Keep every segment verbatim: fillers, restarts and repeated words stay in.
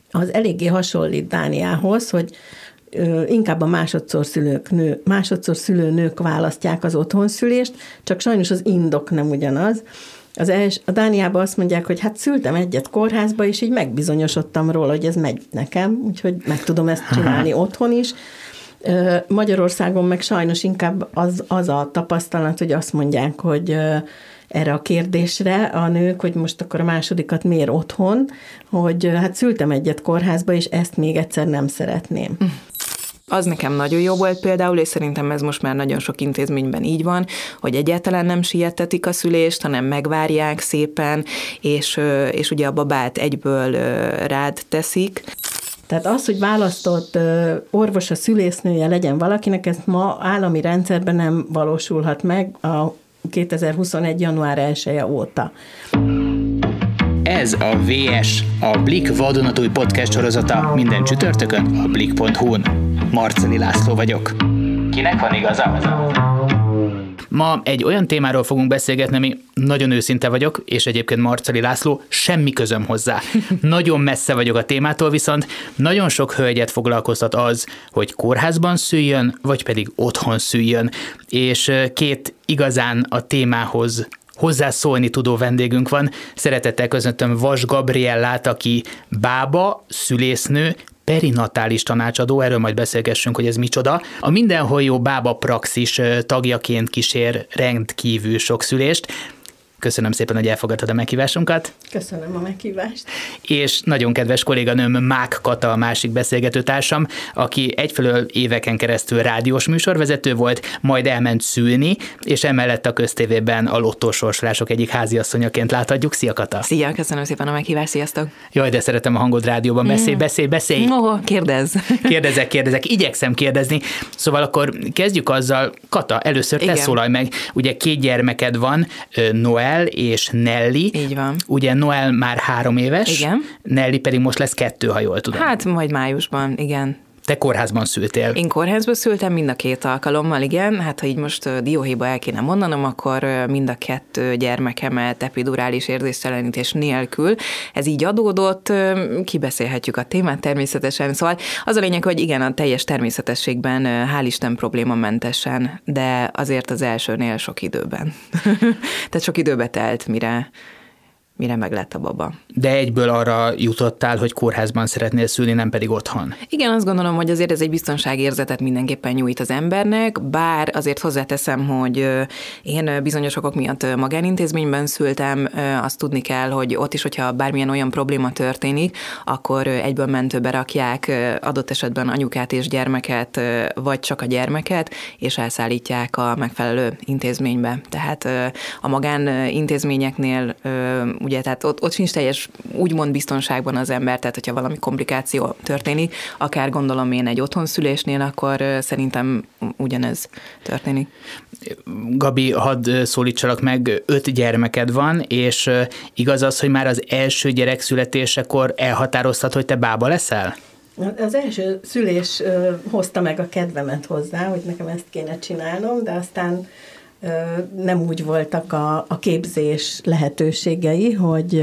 az eléggé hasonlít Dániához, hogy inkább a másodszor, szülők, nő, másodszor szülő nők választják az otthonszülést, csak sajnos az indok nem ugyanaz. Az els, a Dániában azt mondják, hogy hát szültem egyet kórházba, és így megbizonyosodtam róla, hogy ez megy nekem, úgyhogy meg tudom ezt csinálni otthon is. Magyarországon meg sajnos inkább az, az a tapasztalat, hogy azt mondják, hogy erre a kérdésre a nők, hogy most akkor a másodikat miért otthon, hogy hát szültem egyet kórházba, és ezt még egyszer nem szeretném. Az nekem nagyon jó volt például, és szerintem ez most már nagyon sok intézményben így van, hogy egyáltalán nem siettetik a szülést, hanem megvárják szépen, és, és ugye a babát egyből rád teszik. Tehát az, hogy választott orvos a szülésznője legyen valakinek, ez ma állami rendszerben nem valósulhat meg a kétezer-huszonegy. január elseje óta. Ez a vé es, a Blik vadonatúj podcast sorozata minden csütörtökön a blik pont hu-n. Marceli László vagyok. Kinek van igaza? Ma egy olyan témáról fogunk beszélgetni, ami nagyon őszinte vagyok, és egyébként Marceli László, semmi közöm hozzá. Nagyon messze vagyok a témától, viszont nagyon sok hölgyet foglalkoztat az, hogy kórházban szüljön, vagy pedig otthon szüljön. És két igazán a témához hozzászólni tudó vendégünk van. Szeretettel köszöntöm Vas Gabriellát, aki bába, szülésznő, perinatális tanácsadó, erről majd beszélgessünk, hogy ez micsoda. A Mindenhol Jó Bába Praxis tagjaként kísér rendkívül sok szülést. Köszönöm szépen, hogy elfogadtad a meghívásunkat. Köszönöm a meghívást. És nagyon kedves kolléganőm Mák Kata, a másik beszélgetőtársam, aki egyfelől éveken keresztül rádiós műsorvezető volt, majd elment szülni, és emellett a köztévében a lottósorsolások egyik háziasszonyaként láthatjuk. Szia, Kata! Szia, köszönöm szépen a meghívást, sziasztok! Jaj, de szeretem a hangod rádióban. Beszélj, beszélj, beszélj! Oh, kérdezz! Kérdezek, kérdezek, igyekszem kérdezni. Szóval akkor kezdjük azzal, Kata, először te Igen. szólalj meg. Ugye két gyermeked van, Noel és Nelly. Így van. Ugye Noel már három éves, igen. Nelly pedig most lesz kettő, ha jól tudom. Hát majd májusban, igen. Te kórházban szültél. Én kórházban szültem mind a két alkalommal, igen. Hát ha így most dióhéjba el kéne mondanom, akkor mind a kettő gyermekemet epidurális érzéstelenítés nélkül. Ez így adódott, kibeszélhetjük a témát természetesen. Szóval az a lényeg, hogy igen, a teljes természetességben, hál' Isten problémamentesen, de azért az elsőnél sok időben. Tehát sok időbe telt, mire... mire meg lett a baba. De egyből arra jutottál, hogy kórházban szeretnél szülni, nem pedig otthon. Igen, azt gondolom, hogy azért ez egy biztonságérzetet mindenképpen nyújt az embernek, bár azért hozzáteszem, hogy én bizonyos okok miatt magánintézményben szültem, azt tudni kell, hogy ott is, hogyha bármilyen olyan probléma történik, akkor egyből mentőbe rakják adott esetben anyukát és gyermeket, vagy csak a gyermeket, és elszállítják a megfelelő intézménybe. Tehát a magánintézményeknél ugye, tehát ott, ott sincs teljes úgymond biztonságban az ember, tehát hogyha valami komplikáció történik, akár gondolom én egy otthonszülésnél, akkor szerintem ugyanez történik. Gabi, hadd szólítsalak meg, öt gyermeked van, és igaz az, hogy már az első gyerek születésekor elhatároztad, hogy te bába leszel? Az első szülés hozta meg a kedvemet hozzá, hogy nekem ezt kéne csinálnom, de aztán nem úgy voltak a, a képzés lehetőségei, hogy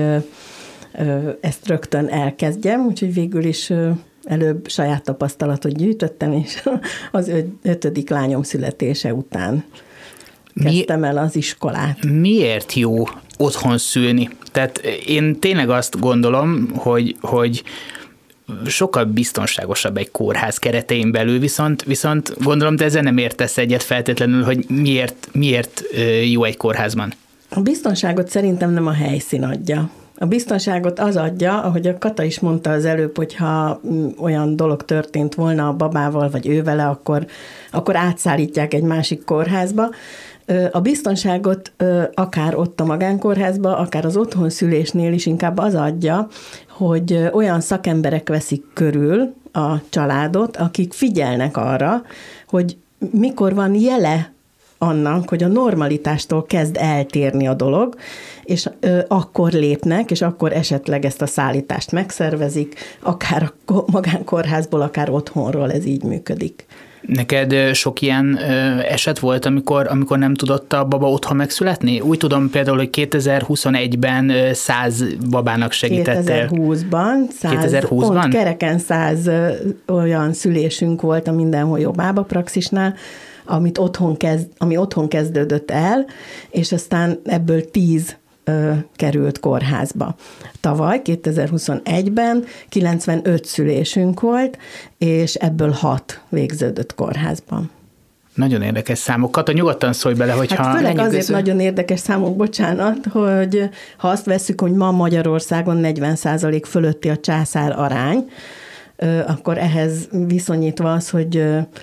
ezt rögtön elkezdjem, úgyhogy végül is előbb saját tapasztalatot gyűjtöttem, és az ötödik lányom születése után kezdtem el az iskolát. Miért jó otthon szülni? Tehát én tényleg azt gondolom, hogy, hogy sokkal biztonságosabb egy kórház keretein belül, viszont, viszont gondolom, te ezzel nem értesz egyet feltétlenül, hogy miért, miért jó egy kórházban. A biztonságot szerintem nem a helyszín adja. A biztonságot az adja, ahogy a Kata is mondta az előbb, hogyha olyan dolog történt volna a babával, vagy ő vele, akkor, akkor átszállítják egy másik kórházba. A biztonságot akár ott a magánkórházba, akár az otthonszülésnél is inkább az adja, hogy olyan szakemberek veszik körül a családot, akik figyelnek arra, hogy mikor van jele annak, hogy a normalitástól kezd eltérni a dolog, és ö, akkor lépnek, és akkor esetleg ezt a szállítást megszervezik, akár a magánkórházból, akár otthonról ez így működik. Neked sok ilyen eset volt, amikor, amikor nem tudott a baba otthon megszületni? Úgy tudom például, hogy kétezer-huszonegyben száz babának segítettél. kétezer-húszban, száz, kétezer-húszban? Pont kereken száz olyan szülésünk volt a Mindenhol Jobb Bába Praxisnál, amit otthon kezd, ami otthon kezdődött el, és aztán ebből tíz ö, került kórházba. Tavaly, kétezer-huszonegyben kilencvenöt szülésünk volt, és ebből hat végződött kórházban. Nagyon érdekes számokat, nyugodtan szólj bele, hogyha... Hát főleg azért nagyon érdekes számok, bocsánat, hogy ha azt vesszük, hogy ma Magyarországon negyven százalék fölötti a császár arány, akkor ehhez viszonyítva az, hogy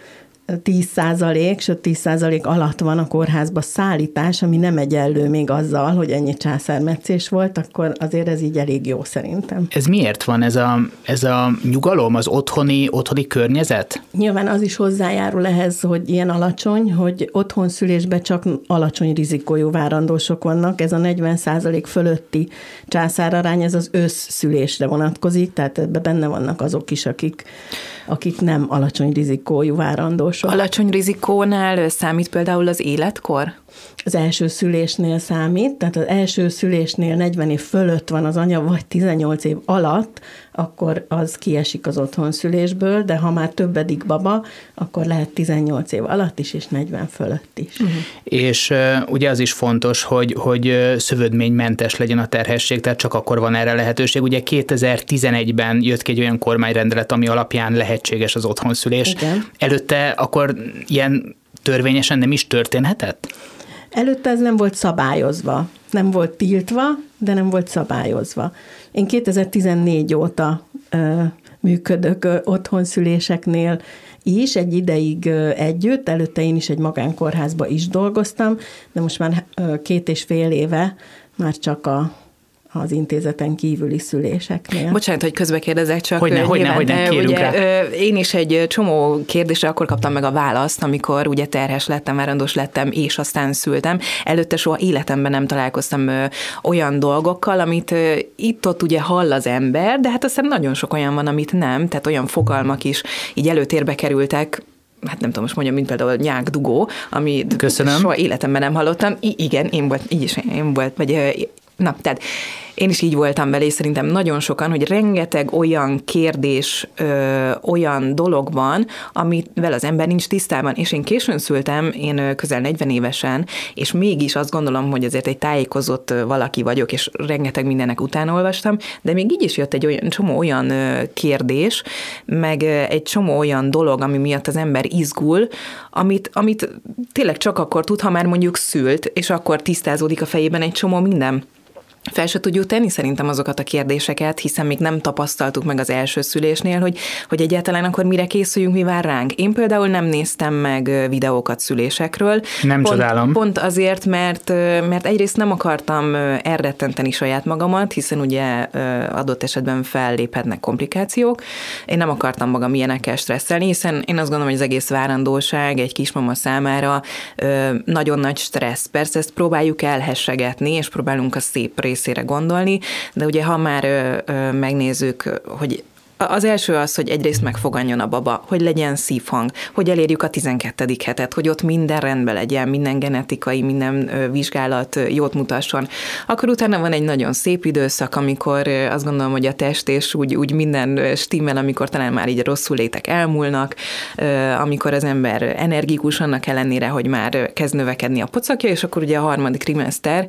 tíz százalék, sőt tíz százalék alatt van a kórházba szállítás, ami nem egyenlő még azzal, hogy ennyi császármetszés volt, akkor azért ez így elég jó szerintem. Ez miért van ez a, ez a nyugalom, az otthoni, otthoni környezet? Nyilván az is hozzájárul ehhez, hogy ilyen alacsony, hogy otthon szülésben csak alacsony rizikójú várandósok vannak. Ez a negyven százalék fölötti császárarány, ez az összszülésre vonatkozik, tehát ebben benne vannak azok is, akik, akik nem alacsony rizikójú várandósok. Alacsony rizikónál számít például az életkor? Az első szülésnél számít, tehát az első szülésnél negyven év fölött van az anya, vagy tizennyolc év alatt, akkor az kiesik az otthonszülésből, de ha már többedik baba, akkor lehet tizennyolc év alatt is, és negyven fölött is. Uh-huh. És uh, ugye az is fontos, hogy, hogy szövődménymentes legyen a terhesség, tehát csak akkor van erre lehetőség. Ugye kétezer-tizenegyben jött ki egy olyan kormányrendelet, ami alapján lehetséges az otthonszülés. Igen. Előtte akkor ilyen törvényesen nem is történhetett? Előtte ez nem volt szabályozva. Nem volt tiltva, de nem volt szabályozva. Én kétezer-tizennégy óta ö, működök ö, otthonszüléseknél is, egy ideig ö, együtt, előtte én is egy magánkórházba is dolgoztam, de most már ö, két és fél éve már csak a az intézeten kívüli szüléseknél. Bocsánat, hogy közbe kérdezek, csak hogyne, hogyne, hogyne, kérünk ugye, rá. Én is egy csomó kérdésre akkor kaptam meg a választ, amikor ugye terhes lettem, várandós lettem, és aztán szültem. Előtte soha életemben nem találkoztam olyan dolgokkal, amit itt-ott ugye hall az ember, de hát aztán nagyon sok olyan van, amit nem, tehát olyan fogalmak is így előtérbe kerültek, hát nem tudom, most mondjam, mint például nyákdugó, ami Köszönöm. Soha életemben nem hallottam. I- igen, én volt, így is én volt, vagy na, tehát én is így voltam vele, és szerintem nagyon sokan, hogy rengeteg olyan kérdés, ö, olyan dolog van, amivel az ember nincs tisztában, és én későn szültem, én közel negyven évesen, és mégis azt gondolom, hogy azért egy tájékozott valaki vagyok, és rengeteg mindennek utána olvastam, de még így is jött egy olyan, csomó olyan kérdés, meg egy csomó olyan dolog, ami miatt az ember izgul, amit, amit tényleg csak akkor tud, ha már mondjuk szült, és akkor tisztázódik a fejében egy csomó minden. Fel se tudjuk tenni szerintem azokat a kérdéseket, hiszen még nem tapasztaltuk meg az első szülésnél, hogy, hogy egyáltalán akkor mire készüljünk, mi vár ránk. Én például nem néztem meg videókat szülésekről. Nem pont, csodálom. Pont azért, mert, mert egyrészt nem akartam elrettenteni saját magamat, hiszen ugye adott esetben felléphetnek komplikációk. Én nem akartam magam ilyenekkel stresszelni, hiszen én azt gondolom, hogy az egész várandóság egy kismama számára nagyon nagy stressz. Persze ezt próbáljuk elhessegetni, és próbálunk a szép részére gondolni, de ugye ha már ö, ö, megnézzük, hogy az első az, hogy egyrészt megfoganjon a baba, hogy legyen szívhang, hogy elérjük a tizenkettedik hetet, hogy ott minden rendben legyen, minden genetikai, minden ö, vizsgálat ö, jót mutasson. Akkor utána van egy nagyon szép időszak, amikor ö, azt gondolom, hogy a test és úgy, úgy minden stimmel, amikor talán már így rosszul létek elmúlnak, ö, amikor az ember energikus, annak ellenére, hogy már kezd növekedni a pocakja, és akkor ugye a harmadik trimester,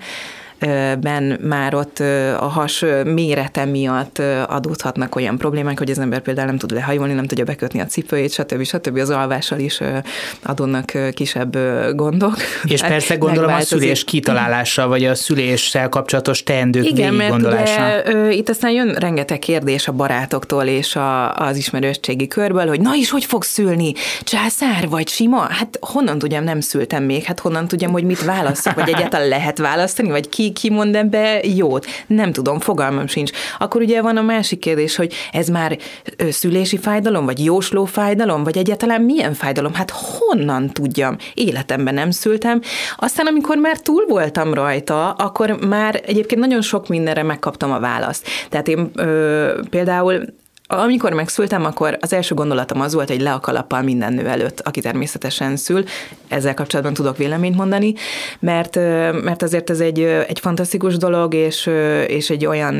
ben már ott a has mérete miatt adódhatnak olyan problémák, hogy az ember például nem tud lehajolni, nem tudja bekötni a cipőjét, stb. stb. Az alvással is adódnak kisebb gondok. És hát persze gondolom a szülés kitalálása, vagy a szüléssel kapcsolatos teendők végiggondolása. Igen, mert ugye, itt aztán jön rengeteg kérdés a barátoktól és a, az ismerősségi körből, hogy na és hogy fogsz szülni? Császár vagy sima? Hát honnan tudjam, nem szültem még, hát honnan tudjam, hogy mit választok, vagy egyáltalán lehet választani, vagy ki ki mond ebbe jót? Nem tudom, fogalmam sincs. Akkor ugye van a másik kérdés, hogy ez már szülési fájdalom, vagy jósló fájdalom, vagy egyáltalán milyen fájdalom? Hát honnan tudjam? Életemben nem szültem. Aztán, amikor már túl voltam rajta, akkor már egyébként nagyon sok mindenre megkaptam a választ. Tehát én ö, például Amikor megszültem, akkor az első gondolatom az volt, hogy le a kalappal minden nő előtt, aki természetesen szül. Ezzel kapcsolatban tudok véleményt mondani, mert, mert azért ez egy, egy fantasztikus dolog, és, és egy olyan...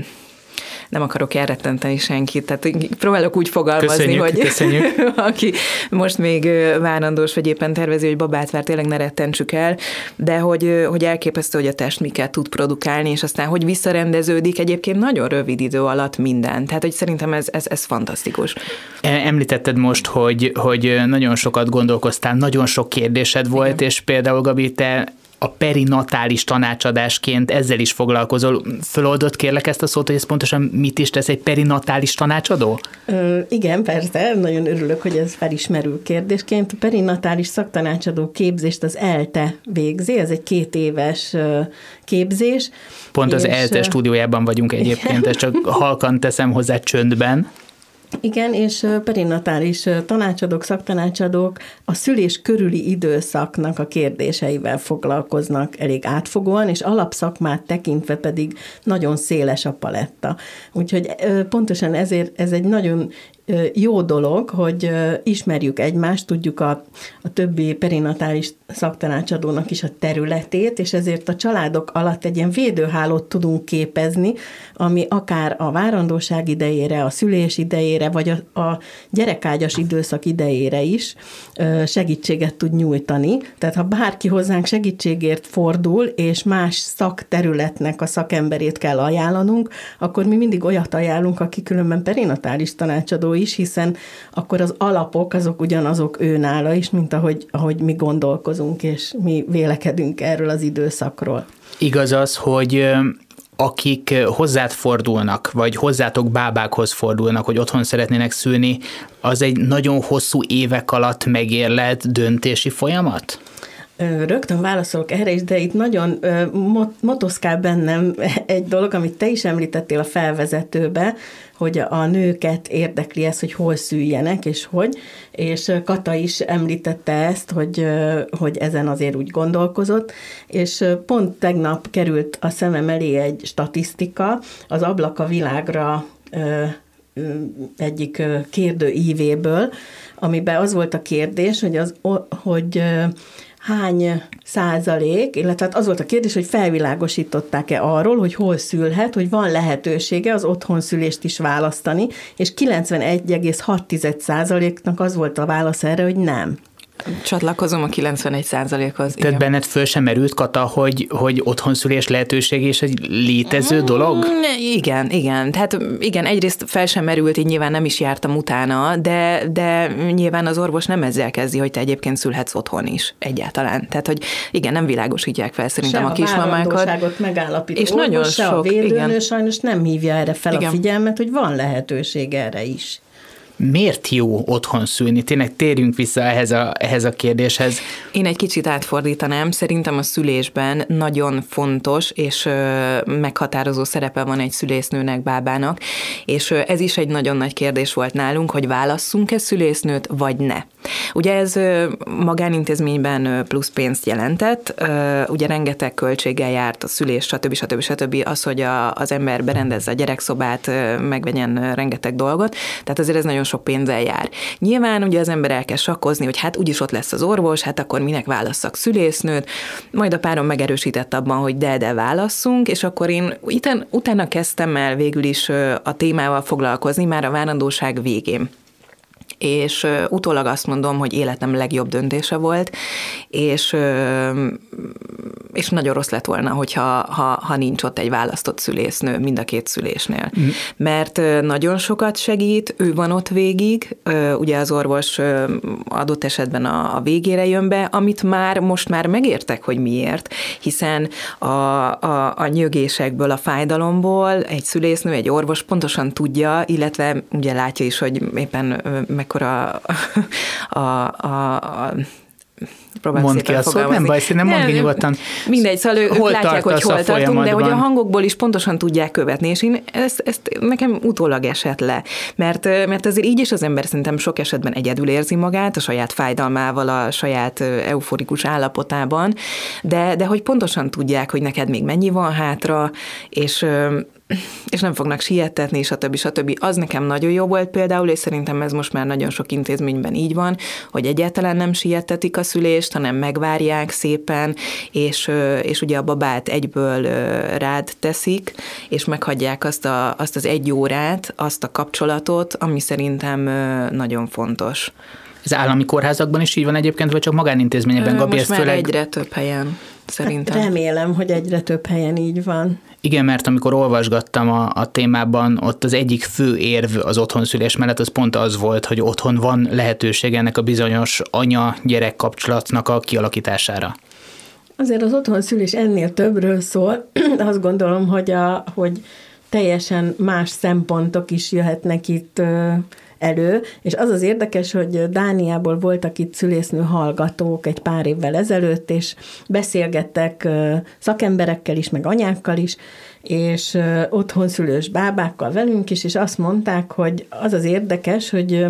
nem akarok elrettenteni senkit, tehát próbálok úgy fogalmazni, köszönjük, hogy köszönjük. aki most még várandós, vagy éppen tervezi, hogy babát vár, tényleg ne rettentsük el, de hogy, hogy elképesztő, hogy a test miket tud produkálni, és aztán hogy visszarendeződik egyébként nagyon rövid idő alatt minden. Tehát, hogy szerintem ez, ez, ez fantasztikus. Említetted most, hogy, hogy nagyon sokat gondolkoztál, nagyon sok kérdésed volt, igen. És például, Gabi, te a perinatális tanácsadásként ezzel is foglalkozol. Föloldott kérlek ezt a szót, hogy ez pontosan mit is tesz egy perinatális tanácsadó? Ö, igen, persze, nagyon örülök, hogy ez felismerül kérdésként. A perinatális szaktanácsadó képzést az ELTE végzi, ez egy két éves képzés. Pont az ELTE stúdiójában vagyunk egyébként, ezt csak halkan teszem hozzá csöndben. Igen, és perinatális tanácsadók, szaktanácsadók a szülés körüli időszaknak a kérdéseivel foglalkoznak elég átfogóan, és alapszakmát tekintve pedig nagyon széles a paletta. Úgyhogy pontosan ezért ez egy nagyon jó dolog, hogy ismerjük egymást, tudjuk a, a többi perinatális szaktanácsadónak is a területét, és ezért a családok alatt egy ilyen védőhálót tudunk képezni, ami akár a várandóság idejére, a szülés idejére, vagy a, a gyerekágyas időszak idejére is segítséget tud nyújtani. Tehát ha bárki hozzánk segítségért fordul, és más szakterületnek a szakemberét kell ajánlanunk, akkor mi mindig olyat ajánlunk, aki különben perinatális tanácsadó is, hiszen akkor az alapok azok ugyanazok őnála is, mint ahogy, ahogy mi gondolkozunk, és mi vélekedünk erről az időszakról. Igaz az, hogy akik hozzád fordulnak, vagy hozzátok bábákhoz fordulnak, hogy otthon szeretnének szülni, az egy nagyon hosszú évek alatt megérlelt döntési folyamat? Rögtön válaszolok erre is, de itt nagyon motoszkál bennem egy dolog, amit te is említettél a felvezetőbe, hogy a nőket érdekli ez, hogy hol szüljenek, és hogy, és Kata is említette ezt, hogy, hogy ezen azért úgy gondolkozott, és pont tegnap került a szemem elé egy statisztika, az Ablak a világra egyik kérdőívéből, amiben az volt a kérdés, hogy, az, hogy hány százalék, illetve hát az volt a kérdés, hogy felvilágosították-e arról, hogy hol szülhet, hogy van lehetősége az otthonszülést is választani, és kilencvenegy egész hat százaléknak az volt a válasz erre, hogy nem. Csatlakozom a kilencvenegy százalékhoz. Tehát benned föl sem merült, Kata, hogy, hogy otthonszülés lehetőség és egy létező dolog? Igen, igen. Tehát igen, egyrészt fel sem merült, így nyilván nem is jártam utána, de, de nyilván az orvos nem ezzel kezdi, hogy te egyébként szülhetsz otthon is egyáltalán. Tehát, hogy igen, nem világosítják fel szerintem sem a kismamákat. Sem a megállapító és orvos, nagyon se sok, a védőnő igen. sajnos nem hívja erre fel igen. a figyelmet, hogy van lehetőség erre is. Miért jó otthon szülni? Tényleg térjünk vissza ehhez a, ehhez a kérdéshez. Én egy kicsit átfordítanám. Szerintem a szülésben nagyon fontos és meghatározó szerepe van egy szülésznőnek, bábának, és ez is egy nagyon nagy kérdés volt nálunk, hogy válasszunk-e szülésznőt, vagy ne. Ugye ez magánintézményben plusz pénzt jelentett, ugye rengeteg költséggel járt a szülés, stb. stb. stb. Az, hogy a, az ember berendezze a gyerekszobát, megvegyen rengeteg dolgot, tehát azért ez nagyon sok pénzzel jár. Nyilván ugye az ember el kell sakkozni, hogy hát úgyis ott lesz az orvos, hát akkor minek válasszak szülésznőt, majd a párom megerősített abban, hogy de, de válasszunk, és akkor én utána, utána kezdtem el végül is a témával foglalkozni már a várandóság végén. És utólag azt mondom, hogy életem legjobb döntése volt, és, és nagyon rossz lett volna, hogyha ha, ha nincs ott egy választott szülésznő mind a két szülésnél. Mm. Mert nagyon sokat segít, ő van ott végig, ugye az orvos adott esetben a, a végére jön be, amit már most már megértek, hogy miért, hiszen a, a, a nyögésekből, a fájdalomból egy szülésznő, egy orvos pontosan tudja, illetve ugye látja is, hogy éppen mekkora a, a, a, a Mondd ki a szót, nem baj, nem mondd ki nyugodtan. Mindegy, szóval ők hol látják, hogy hol tartunk, de hogy a hangokból is pontosan tudják követni, és én ezt, ezt nekem utólag esett le. Mert, mert azért így is az ember szerintem sok esetben egyedül érzi magát, a saját fájdalmával, a saját euforikus állapotában, de, de hogy pontosan tudják, hogy neked még mennyi van hátra, és és nem fognak siettetni, stb. stb. Az nekem nagyon jó volt például, és szerintem ez most már nagyon sok intézményben így van, hogy egyáltalán nem siettetik a szülést, hanem megvárják szépen, és, és ugye a babát egyből rád teszik, és meghagyják azt, a, azt az egy órát, azt a kapcsolatot, ami szerintem nagyon fontos. Ez állami kórházakban is így van egyébként, vagy csak magánintézményekben, Gabi? Most már főleg... egyre több helyen, szerintem. Hát remélem, hogy egyre több helyen így van. Igen, mert amikor olvasgattam a, a témában, ott az egyik fő érv az otthonszülés mellett az pont az volt, hogy otthon van lehetőség ennek a bizonyos anya-gyerek kapcsolatnak a kialakítására. Azért az otthonszülés ennél többről szól. Azt gondolom, hogy, a, hogy teljesen más szempontok is jöhetnek itt elő, és az az érdekes, hogy Dániából voltak itt szülésznő hallgatók egy pár évvel ezelőtt, és beszélgettek szakemberekkel is, meg anyákkal is, és otthonszülős bábákkal velünk is, és azt mondták, hogy az az érdekes, hogy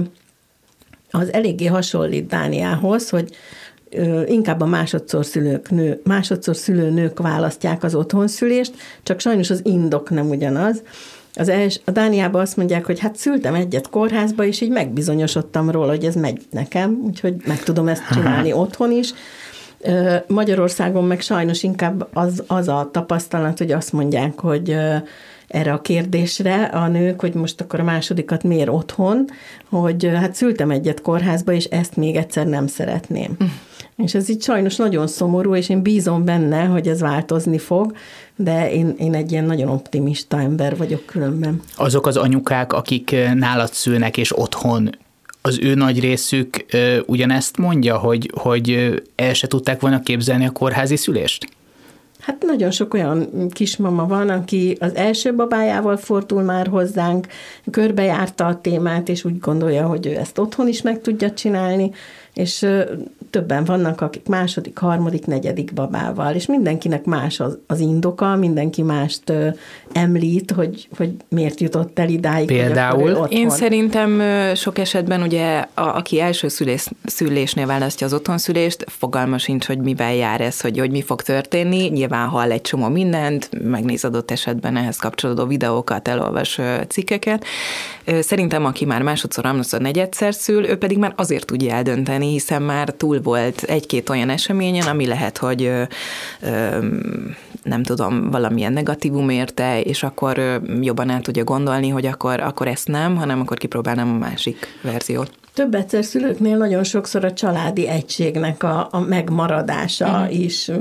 az eléggé hasonlít Dániához, hogy inkább a másodszor, szülők, nő, másodszor szülő nők választják az otthonszülést, csak sajnos az indok nem ugyanaz. Az els, a Dániában azt mondják, hogy hát szültem egyet kórházba, és így megbizonyosodtam róla, hogy ez megy nekem, úgyhogy meg tudom ezt csinálni otthon is. Magyarországon meg sajnos inkább az, az a tapasztalat, hogy azt mondják, hogy erre a kérdésre a nők, hogy most akkor a másodikat miért otthon, hogy hát szültem egyet kórházba, és ezt még egyszer nem szeretném. Mm. És ez így sajnos nagyon szomorú, és én bízom benne, hogy ez változni fog, de én, én egy ilyen nagyon optimista ember vagyok különben. Azok az anyukák, akik nálad szülnek és otthon, az ő nagy részük ugyanezt mondja, hogy, hogy el se tudták volna képzelni a kórházi szülést? Hát nagyon sok olyan kismama van, aki az első babájával fordul már hozzánk, körbejárta a témát, és úgy gondolja, hogy ő ezt otthon is meg tudja csinálni, és többen vannak, akik második, harmadik, negyedik babával, és mindenkinek más az, az indoka, mindenki mást ö, említ, hogy, hogy miért jutott el idáig. Például? Én szerintem sok esetben ugye, a, aki első szülés, szülésnél választja az otthonszülést, fogalma sincs, hogy mivel jár ez, hogy, hogy mi fog történni. Nyilván hall egy csomó mindent, megnéz adott esetben ehhez kapcsolódó videókat, elolvas cikkeket. Szerintem, aki már másodszor, harmadszor, negyedszer szül, ő pedig már azért tudja eldönteni, hiszen már túl volt egy-két olyan eseményen, ami lehet, hogy ö, ö, nem tudom, valamilyen negatívum érte, és akkor ö, jobban el tudja gondolni, hogy akkor, akkor ezt nem, hanem akkor kipróbálnám a másik verziót. Több egyszer szülőknél nagyon sokszor a családi egységnek a, a megmaradása mm. is,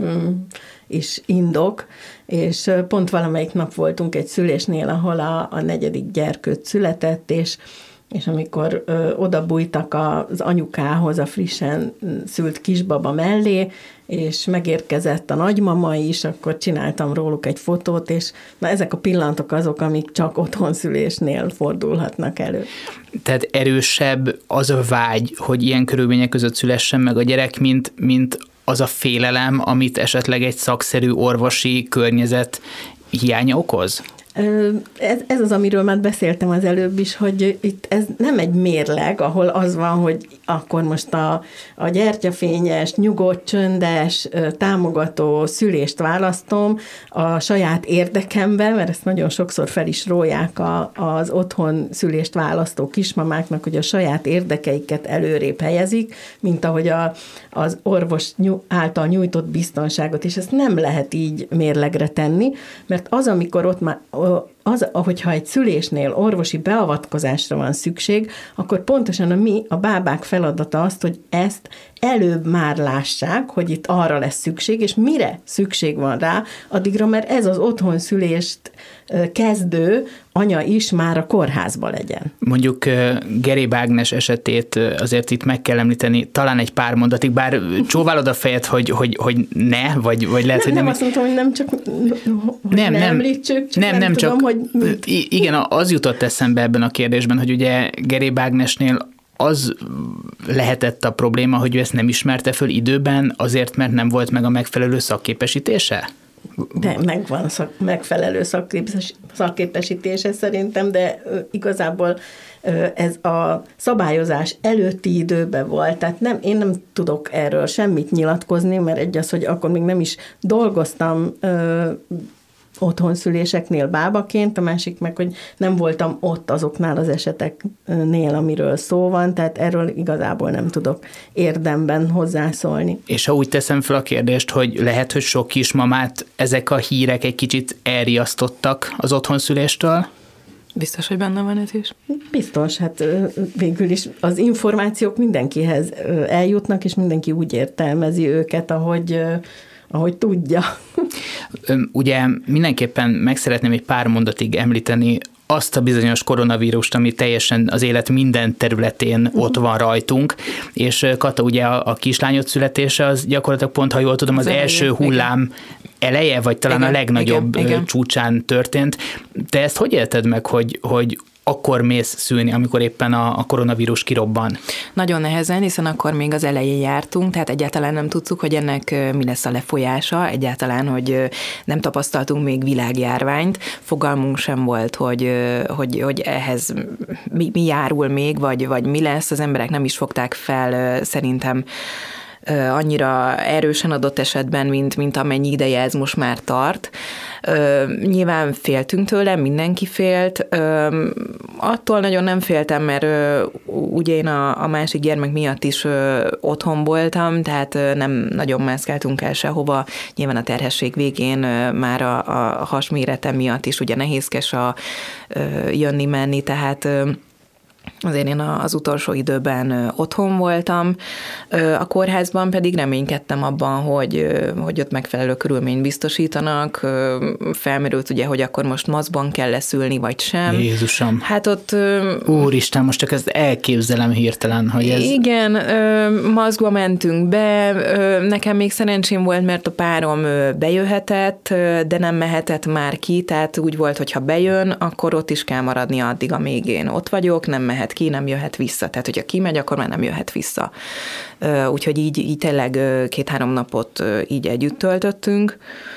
is indok, és pont valamelyik nap voltunk egy szülésnél, ahol a, a negyedik gyerkőt született, és és amikor ö, oda bújtak az anyukához a frissen szült kisbaba mellé, és megérkezett a nagymama is, akkor csináltam róluk egy fotót, és na ezek a pillanatok azok, amik csak otthonszülésnél fordulhatnak elő. Tehát erősebb az a vágy, hogy ilyen körülmények között szülessen meg a gyerek, mint, mint az a félelem, amit esetleg egy szakszerű orvosi környezet hiánya okoz? Ez, ez az, amiről már beszéltem az előbb is, hogy itt ez nem egy mérleg, ahol az van, hogy akkor most a, a gyertyafényes, nyugodt, csöndes, támogató szülést választom a saját érdekemben, mert ezt nagyon sokszor fel is rólják a, az otthon szülést választó kismamáknak, hogy a saját érdekeiket előrébb helyezik, mint ahogy a, az orvos által nyújtott biztonságot, és ezt nem lehet így mérlegre tenni, mert az, amikor ott már az, ahogyha egy szülésnél orvosi beavatkozásra van szükség, akkor pontosan a mi, a bábák feladata azt, hogy ezt előbb már lássák, hogy itt arra lesz szükség, és mire szükség van rá, addigra, mert ez az otthonszülést kezdő anya is már a kórházba legyen. Mondjuk Geréb Ágnes esetét azért itt meg kell említeni, talán egy pár mondatig, bár csóválod a fejed, hogy, hogy, hogy ne, vagy, vagy lehet, nem, hogy nem... Nem azt mondtam, hogy nem csak hogy nem, ne nem, említsük, csak nem, nem, nem tudom, csak, hogy mit. Igen, az jutott eszembe ebben a kérdésben, hogy ugye Geréb Ágnesnél az lehetett a probléma, hogy ő ezt nem ismerte föl időben, azért, mert nem volt meg a megfelelő szakképesítése? De megvan szak, megfelelő szakképes, szakképesítése szerintem, de igazából ez a szabályozás előtti időben volt, tehát nem, én nem tudok erről semmit nyilatkozni, mert egy az, hogy akkor még nem is dolgoztam ö, otthonszüléseknél bábaként, a másik meg, hogy nem voltam ott azoknál az eseteknél, amiről szó van, tehát erről igazából nem tudok érdemben hozzászólni. És ha úgy teszem fel a kérdést, hogy lehet, hogy sok kismamát ezek a hírek egy kicsit elriasztottak az otthonszüléstől? Biztos, hogy benne van ez is? Biztos, hát végül is az információk mindenkihez eljutnak, és mindenki úgy értelmezi őket, ahogy ahogy tudja. Ugye mindenképpen meg szeretném egy pár mondatig említeni azt a bizonyos koronavírust, ami teljesen az élet minden területén uh-huh. ott van rajtunk, és Kata, ugye a, a kislányod születése az gyakorlatilag pont, ha jól tudom, az, az első elejé, hullám igen. eleje, vagy talán igen, a legnagyobb igen, igen. csúcsán történt. Te ezt hogy élted meg, hogy, hogy akkor mész szülni, amikor éppen a, a koronavírus kirobban? Nagyon nehezen, hiszen akkor még az elején jártunk, tehát egyáltalán nem tudtuk, hogy ennek mi lesz a lefolyása, egyáltalán, hogy nem tapasztaltunk még világjárványt, fogalmunk sem volt, hogy, hogy, hogy ehhez mi, mi járul még, vagy, vagy mi lesz, az emberek nem is fogták fel szerintem annyira erősen adott esetben, mint, mint amennyi ideje ez most már tart. Nyilván féltünk tőle, mindenki félt. Attól nagyon nem féltem, mert ugye én a, a másik gyermek miatt is otthon voltam, tehát nem nagyon mászkáltunk el sehova. Nyilván a terhesség végén már a, a hasmérete miatt is ugye nehézkes a jönni-menni, tehát azért én az utolsó időben otthon voltam, a kórházban pedig reménykedtem abban, hogy, hogy ott megfelelő körülményt biztosítanak. Felmerült ugye, hogy akkor most maszkban kell leszülni, vagy sem. Jézusom! Hát ott... Úristen, most csak ezt elképzelem hirtelen, hogy ez... Igen, maszkba mentünk be, nekem még szerencsém volt, mert a párom bejöhetett, de nem mehetett már ki, tehát úgy volt, hogy ha bejön, akkor ott is kell maradni addig, amíg én ott vagyok, nem mehet ki, nem jöhet vissza. Tehát, hogyha kimegy, akkor már nem jöhet vissza. Úgyhogy így, így tényleg két-három napot így együtt töltöttünk.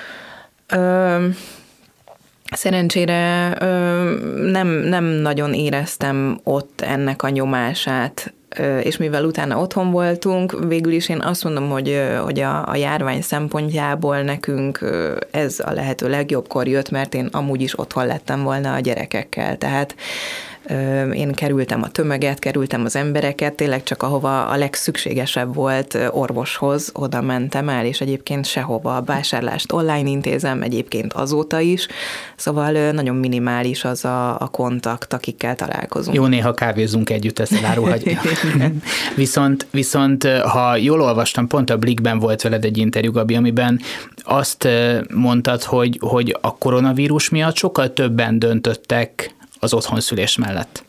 Szerencsére nem, nem nagyon éreztem ott ennek a nyomását, és mivel utána otthon voltunk, végül is én azt mondom, hogy, hogy a, a járvány szempontjából nekünk ez a lehető legjobbkor jött, mert én amúgy is otthon lettem volna a gyerekekkel. Tehát én kerültem a tömeget, kerültem az embereket, tényleg csak ahova a legszükségesebb volt orvoshoz, oda mentem el, és egyébként sehova. A vásárlást online intézem, egyébként azóta is, szóval nagyon minimális az a, a kontakt, akikkel találkozunk. Jó, néha kávézunk együtt, ezt elárulhatjuk. viszont, viszont, ha jól olvastam, pont a Blickben volt veled egy interjú, Gabi, amiben azt mondtad, hogy, hogy a koronavírus miatt sokkal többen döntöttek az otthonszülés mellett.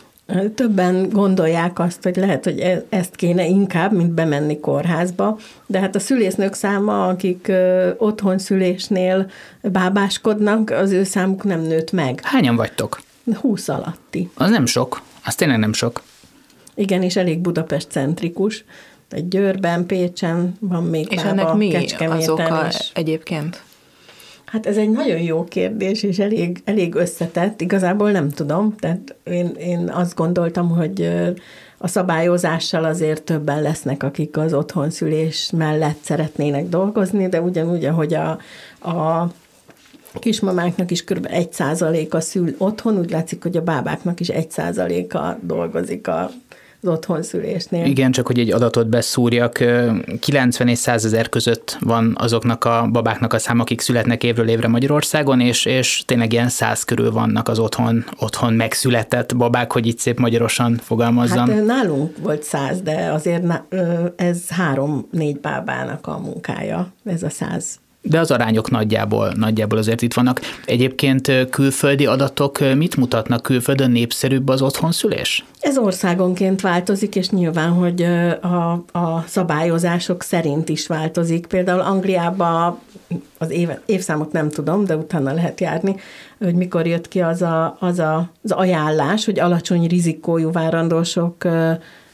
Többen gondolják azt, hogy lehet, hogy ezt kéne inkább, mint bemenni kórházba, de hát a szülésznők száma, akik otthonszülésnél bábáskodnak, az ő számuk nem nőtt meg. Hányan vagytok? Húsz alatti. Az nem sok, az tényleg nem sok. Igen, és elég Budapest-centrikus. Egy Győrben, Pécsen van még és bába, ennek mi Kecskeméten az oka is. Egyébként? Hát ez egy nagyon jó kérdés, és elég, elég összetett. Igazából nem tudom. Tehát én, én azt gondoltam, hogy a szabályozással azért többen lesznek, akik az otthonszülés mellett szeretnének dolgozni, de ugyanúgy, ahogy a, a kismamáknak is kb. egy százaléka szül otthon, úgy látszik, hogy a bábáknak is egy százaléka dolgozik a az otthonszülésnél. Igen, csak hogy egy adatot beszúrjak, kilencven és százezer között van azoknak a babáknak a szám, akik születnek évről évre Magyarországon, és, és tényleg ilyen száz körül vannak az otthon, otthon megszületett babák, hogy így szép magyarosan fogalmazzam. Hát nálunk volt száz, de azért ez három-négy bábának a munkája, ez a száz. De az arányok nagyjából, nagyjából azért itt vannak. Egyébként külföldi adatok mit mutatnak? Külföldön népszerűbb az otthonszülés? Ez országonként változik, és nyilván, hogy a, a szabályozások szerint is változik. Például Angliában az év, évszámot nem tudom, de utána lehet járni, hogy mikor jött ki az a, az, a, az ajánlás, hogy alacsony rizikójú várandósok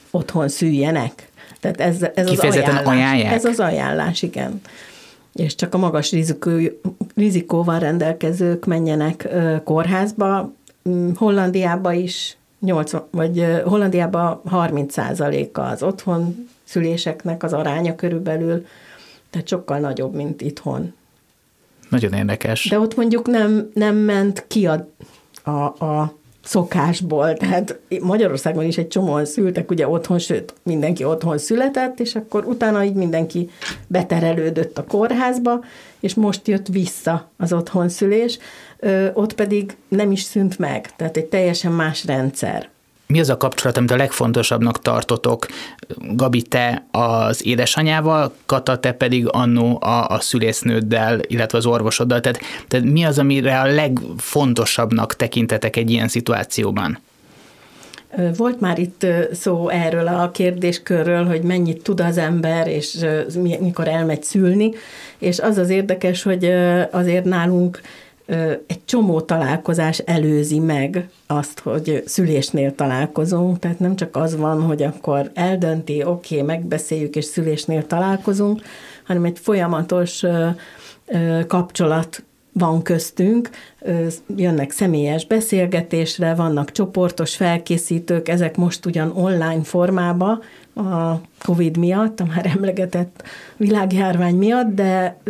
otthon szüljenek. Tehát ez, ez az ajánlás. ajánlják? Ez az ajánlás, igen. És csak a magas rizikó, rizikóval rendelkezők menjenek kórházba. Hollandiába is nyolcvan, vagy Hollandiában harminc százaléka az otthon szüléseknek az aránya körülbelül, tehát sokkal nagyobb, mint itthon. Nagyon érdekes. De ott mondjuk nem, nem ment ki a, a, a szokásból, tehát Magyarországon is egy csomóan szültek ugye otthon, sőt, mindenki otthon született, és akkor utána így mindenki beterelődött a kórházba, és most jött vissza az otthonszülés, ott pedig nem is szűnt meg, tehát egy teljesen más rendszer. Mi az a kapcsolat, amit a legfontosabbnak tartotok? Gabi, te az édesanyával, Kata, te pedig annó a, a szülésznőddel, illetve az orvosoddal. Tehát, tehát mi az, amire a legfontosabbnak tekintetek egy ilyen szituációban? Volt már itt szó erről a kérdéskörről, hogy mennyit tud az ember, és mikor elmegy szülni, és az az érdekes, hogy azért nálunk egy csomó találkozás előzi meg azt, hogy szülésnél találkozunk, tehát nem csak az van, hogy akkor eldönti, oké, okay, megbeszéljük, és szülésnél találkozunk, hanem egy folyamatos kapcsolat van köztünk, jönnek személyes beszélgetésre, vannak csoportos felkészítők, ezek most ugyan online formában a Covid miatt, a már emlegetett világjárvány miatt, de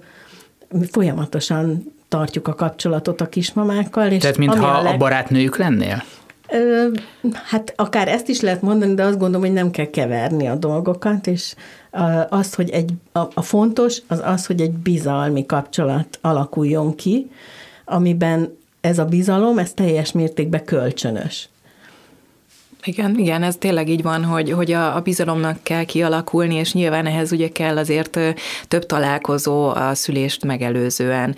folyamatosan tartjuk a kapcsolatot a kismamákkal. És tehát mintha a, leg... a barátnőjük lennél? Ö, hát akár ezt is lehet mondani, de azt gondolom, hogy nem kell keverni a dolgokat, és az, hogy egy, a, a fontos, az az, hogy egy bizalmi kapcsolat alakuljon ki, amiben ez a bizalom, ez teljes mértékben kölcsönös. Igen, igen, ez tényleg így van, hogy, hogy a, a bizalomnak kell kialakulni, és nyilván ehhez ugye kell azért több találkozó a szülést megelőzően.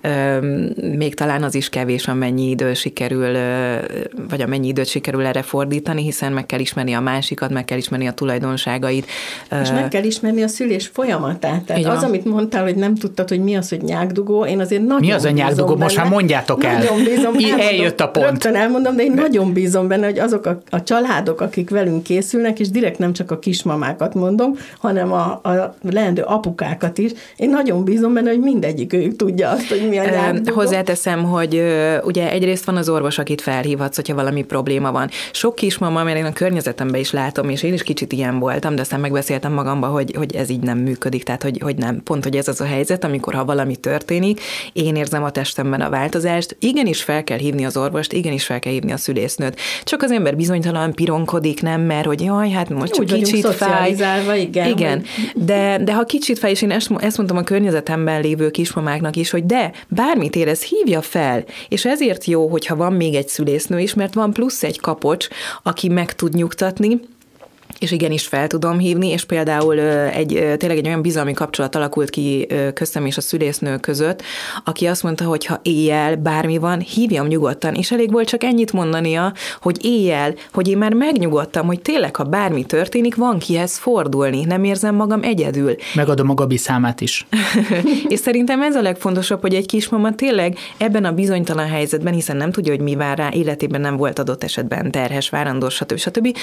Még talán az is kevés, amennyi idő sikerül, vagy amennyi időt sikerül erre fordítani, hiszen meg kell ismerni a másikat, meg kell ismerni a tulajdonságait. És meg kell ismerni a szülés folyamatát. Tehát az, amit mondtál, hogy nem tudtad, hogy mi az, hogy nyákdugó, én azért nagyon Mi az a nyákdugó? Most már mondjátok el. Nagyon bízom. Eljött a pont. Rögtön elmondom, de én de... nagyon bízom benne, hogy azok a, a családok, akik velünk készülnek, és direkt nem csak a kismamákat mondom, hanem a, a leendő apukákat is. Én nagyon bízom benne, hogy mindegyik ők tudja azt, hogy mi a nyákdugó. Hozzáteszem, hogy ugye egyrészt van az orvos, akit felhívhatsz, hogyha valami probléma van. Sok kismama, mert én a környezetemben is látom, és én is kicsit ilyen voltam, de aztán megbeszéltem magamba, hogy, hogy ez így nem működik, tehát hogy, hogy nem. Pont, hogy ez az a helyzet, amikor ha valami történik, én érzem a testemben a változást, igenis fel kell hívni az orvost, igenis fel kell hívni a szülésznőt. Csak az ember bizonytalan pironkodik, nem, mert hogy jaj, hát most csak kicsit fáj. Igen, igen. De, de ha kicsit fáj, és én ezt, ezt mondtam a környezetemben lévő kismamáknak is, hogy de, bármit érez, hívja fel. És ezért jó, hogyha van még egy szülésznő is, mert van plusz egy kapocs, aki meg tud nyugtatni, és igenis fel tudom hívni, és például egy, tényleg egy olyan bizalmi kapcsolat alakult ki köztem és a szülésznő között, aki azt mondta, hogy ha éjjel bármi van, hívjam nyugodtan, és elég volt csak ennyit mondania, hogy éjjel, hogy én már megnyugodtam, hogy tényleg, ha bármi történik, van kihez fordulni, nem érzem magam egyedül. Megadom a Gabi számát is. És szerintem ez a legfontosabb, hogy egy kismama tényleg ebben a bizonytalan helyzetben, hiszen nem tudja, hogy mi vár rá, életében nem volt adott esetben terhes, várandós, stb. stb.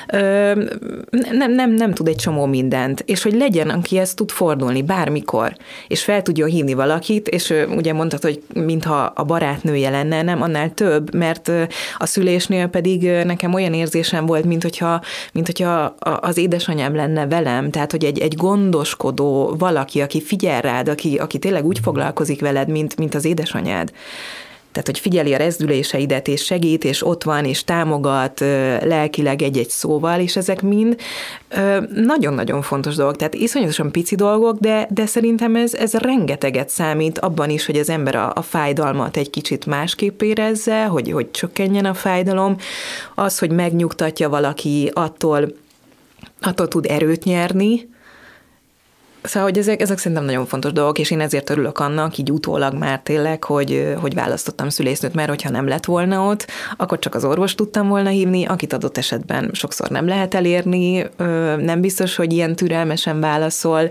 Nem, nem, nem tud egy csomó mindent, és hogy legyen, aki ezt tud fordulni bármikor, és fel tudjon hívni valakit, és ugye mondtad, hogy mintha a barátnője lenne, nem, annál több, mert a szülésnél pedig nekem olyan érzésem volt, mint hogyha, mint hogyha az édesanyám lenne velem, tehát, hogy egy, egy gondoskodó valaki, aki figyel rád, aki, aki tényleg úgy foglalkozik veled, mint, mint az édesanyád. Tehát, hogy figyeli a rezdüléseidet, és segít, és ott van, és támogat lelkileg egy-egy szóval, és ezek mind nagyon-nagyon fontos dolgok. Tehát iszonyatosan pici dolgok, de, de szerintem ez, ez rengeteget számít abban is, hogy az ember a, a fájdalmat egy kicsit másképp érezze, hogy, hogy csökkenjen a fájdalom. Az, hogy megnyugtatja valaki, attól, attól tud erőt nyerni. Szóval, hogy ezek, ezek szerintem nagyon fontos dolgok, és én ezért örülök annak, így utólag már tényleg, hogy, hogy választottam szülésznőt, mert hogyha nem lett volna ott, akkor csak az orvos tudtam volna hívni, akit adott esetben sokszor nem lehet elérni, nem biztos, hogy ilyen türelmesen válaszol.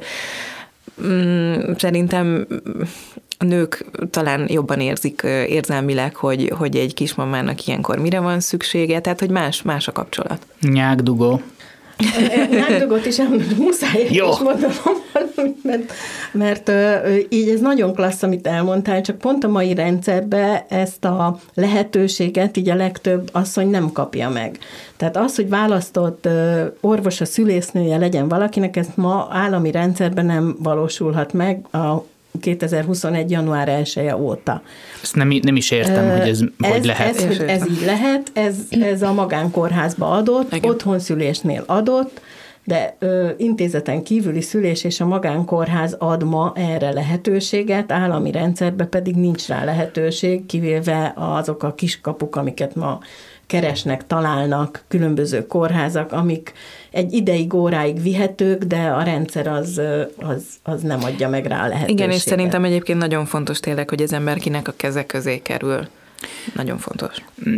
Szerintem a nők talán jobban érzik érzelmileg, hogy, hogy egy kismamának ilyenkor mire van szüksége, tehát hogy más, más a kapcsolat. Nyákdugó. Nyákdögöt is elmondom, muszáj is mondanom valamit, mert, mert így ez nagyon klassz, amit elmondtál, csak pont a mai rendszerben ezt a lehetőséget így a legtöbb asszony nem kapja meg. Tehát az, hogy választott orvos a szülésznője legyen valakinek, ez ma állami rendszerben nem valósulhat meg a kétezer-huszonegy. január elseje óta. Ezt nem, nem is értem, uh, hogy ez, ez hogy lehet. Ez, hogy ez így lehet, ez, ez a magánkórházba adott, igen. Otthonszülésnél adott, de ö, intézeten kívüli szülés és a magánkórház ad ma erre lehetőséget, állami rendszerben pedig nincs rá lehetőség, kivéve azok a kiskapuk, amiket ma keresnek, találnak különböző kórházak, amik egy ideig, óráig vihetők, de a rendszer az, az, az nem adja meg rá a lehetőséget. Igen, és szerintem egyébként nagyon fontos tényleg, hogy az ember kinek a keze közé kerül. Nagyon fontos.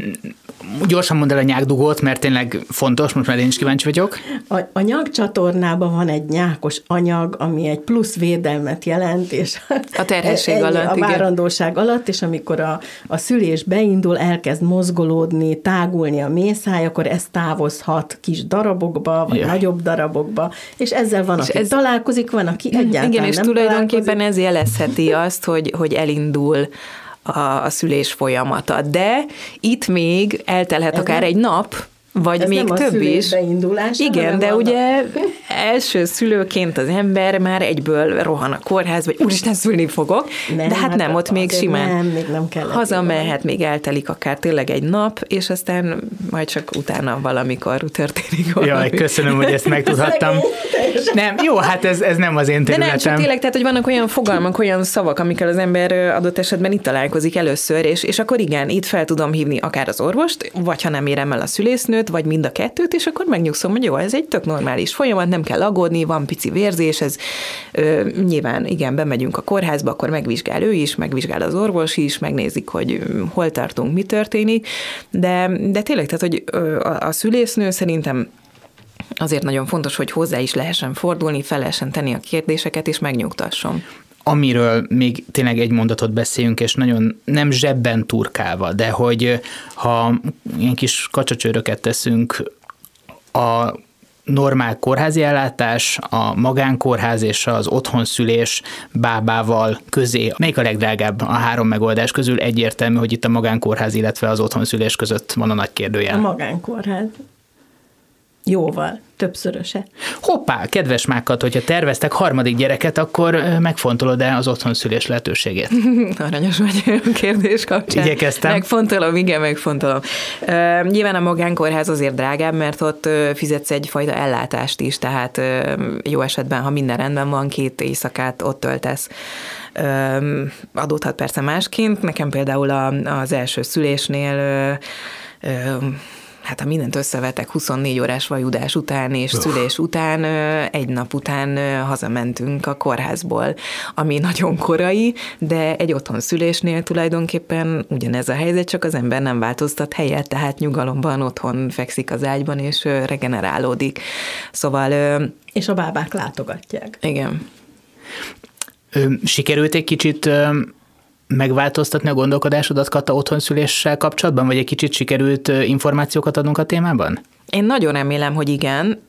Gyorsan mondd el a nyákdugót, mert tényleg fontos, most már én is kíváncsi vagyok. A, a nyákcsatornában van egy nyákos anyag, ami egy plusz védelmet jelent, és a terhesség egy, alatt, a várandóság igen. alatt, és amikor a, a szülés beindul, elkezd mozgolódni, tágulni a mészáj, akkor ez távozhat kis darabokba, vagy ja. nagyobb darabokba, és ezzel van, és aki ez... találkozik, van, aki egyáltalán igen, és nem tulajdonképpen találkozik. Ez jelezheti azt, hogy, hogy elindul a, a szülés folyamata. De itt még eltelhet ez akár nem, egy nap, vagy még több is. Igen, de ugye első szülőként az ember már egyből rohan a kórházba, vagy úristen, szülni fogok, nem, de hát, hát nem, ott még simán nem, még nem kellett hazamehet, még eltelik akár tényleg egy nap, és aztán majd csak utána valamikor történik valami. Jaj, köszönöm, hogy ezt megtudhattam. Nem, jó, hát ez, ez nem az én területem. De nem, csak tényleg, tehát, hogy vannak olyan fogalmak, olyan szavak, amikkel az ember adott esetben itt találkozik először, és, és akkor igen, itt fel tudom hívni akár az orvost, vagy ha nem érem el a szülésznőt, vagy mind a kettőt, és akkor megnyugszom, hogy jó, ez egy tök normális folyamat, nem kell aggódni, van pici vérzés, ez ö, nyilván, igen, bemegyünk a kórházba, akkor megvizsgál ő is, megvizsgál az orvos is, megnézik, hogy hol tartunk, mi történik, de, de tényleg, tehát, hogy a, a szülésznő szerintem azért nagyon fontos, hogy hozzá is lehessen fordulni, fel lehessen tenni a kérdéseket, és megnyugtasson. Amiről még tényleg egy mondatot beszéljünk, és nagyon nem zsebben turkálva, de hogy ha ilyen kis kacsacsőröket teszünk, a normál kórházi ellátás, a magánkórház és az otthonszülés bábával közé, melyik a legdrágább a három megoldás közül? Egyértelmű, hogy itt a magánkórház, illetve az otthonszülés között van a nagy kérdőjel. A magánkórház. Jóval, többszöröse. Hoppá, kedves mákat, hogyha terveztek harmadik gyereket, akkor megfontolod-e az otthonszülés lehetőségét? Aranyos vagy kérdés kapcsán. Igyekeztem. Megfontolom, igen, megfontolom. Uh, nyilván a magánkórház azért drágább, mert ott uh, fizetsz egyfajta ellátást is, tehát uh, jó esetben, ha minden rendben van, két éjszakát ott töltesz. Uh, adódhat persze másként. Nekem például a, az első szülésnél uh, uh, hát ha mindent összevetek, huszonnégy órás vajudás után és Öh. szülés után, egy nap után hazamentünk a kórházból, ami nagyon korai, de egy otthon szülésnél tulajdonképpen ugyanez a helyzet, csak az ember nem változtat helyet, tehát nyugalomban otthon fekszik az ágyban, és regenerálódik. Szóval... És a bábák látogatják. Igen. Sikerült egy kicsit megváltoztatni a gondolkodásodat Kata otthonszüléssel kapcsolatban, vagy egy kicsit sikerült információkat adnunk a témában? Én nagyon remélem, hogy igen,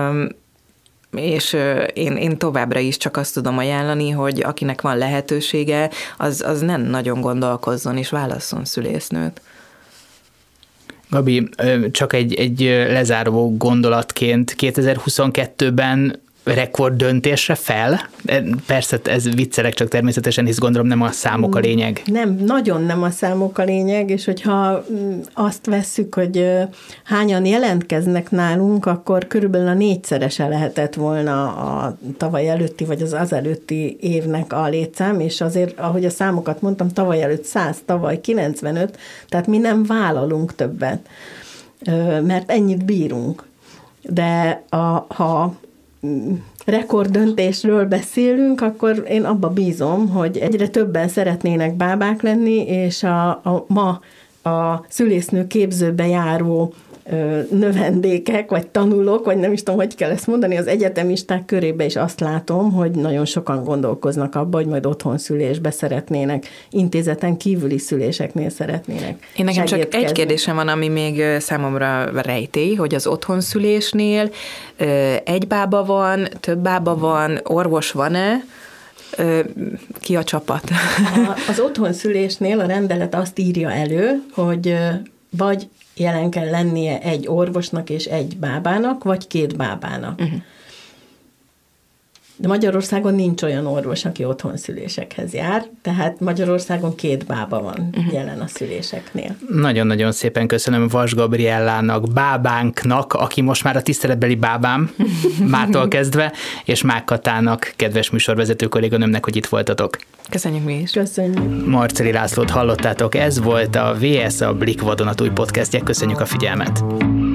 és én, én továbbra is csak azt tudom ajánlani, hogy akinek van lehetősége, az, az nem nagyon gondolkozzon, és válasszon szülésznőt. Gabi, csak egy, egy lezáró gondolatként kétezer-huszonkettőben rekord döntésre fel? Persze ez viccelek, csak természetesen, hisz gondolom nem a számok a lényeg. Nem, nagyon nem a számok a lényeg, és hogyha azt vesszük, hogy hányan jelentkeznek nálunk, akkor körülbelül a négyszerese lehetett volna a tavaly előtti, vagy az az előtti évnek a létszám, és azért, ahogy a számokat mondtam, tavaly előtt száz, tavaly kilencvenöt, tehát mi nem vállalunk többet, mert ennyit bírunk. De a, ha rekorddöntésről beszélünk, akkor én abba bízom, hogy egyre többen szeretnének bábák lenni, és a, a ma a szülésznő képzőbe járó növendékek, vagy tanulók, vagy nem is tudom, hogy kell ezt mondani, az egyetemisták körébe is azt látom, hogy nagyon sokan gondolkoznak abba, hogy majd otthon szülésbe szeretnének, intézeten kívüli szüléseknél szeretnének. Én nekem csak egy kérdésem van, ami még számomra rejtély, hogy az otthon szülésnél egy bába van, több bába van, orvos van-e, ki a csapat? Az otthon szülésnél a rendelet azt írja elő, hogy vagy jelen kell lennie egy orvosnak és egy bábának, vagy két bábának. Uh-huh. De Magyarországon nincs olyan orvos, aki otthon szülésekhez jár, tehát Magyarországon két bába van uh-huh. jelen a szüléseknél. Nagyon-nagyon szépen köszönöm Vas Gabriellának, bábánknak, aki most már a tiszteletbeli bábám, mától kezdve, és Mák Katának, kedves műsorvezető kolléganőmnek, hogy itt voltatok. Köszönjük mi is. Köszönjük. Marceli Lászlót hallottátok, ez volt a vé es, a Blik vadonatúj podcastje, köszönjük a figyelmet.